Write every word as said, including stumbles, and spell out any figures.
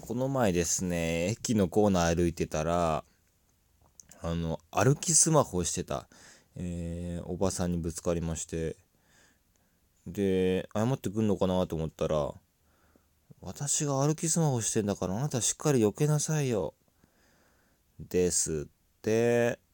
この前ですね、駅のコーナー歩いてたら、あの、歩きスマホをしてた、えーおばさんにぶつかりまして、で、謝ってくんのかなと思ったら、私が歩きスマホしてんだからあなたしっかり避けなさいよ。ですって。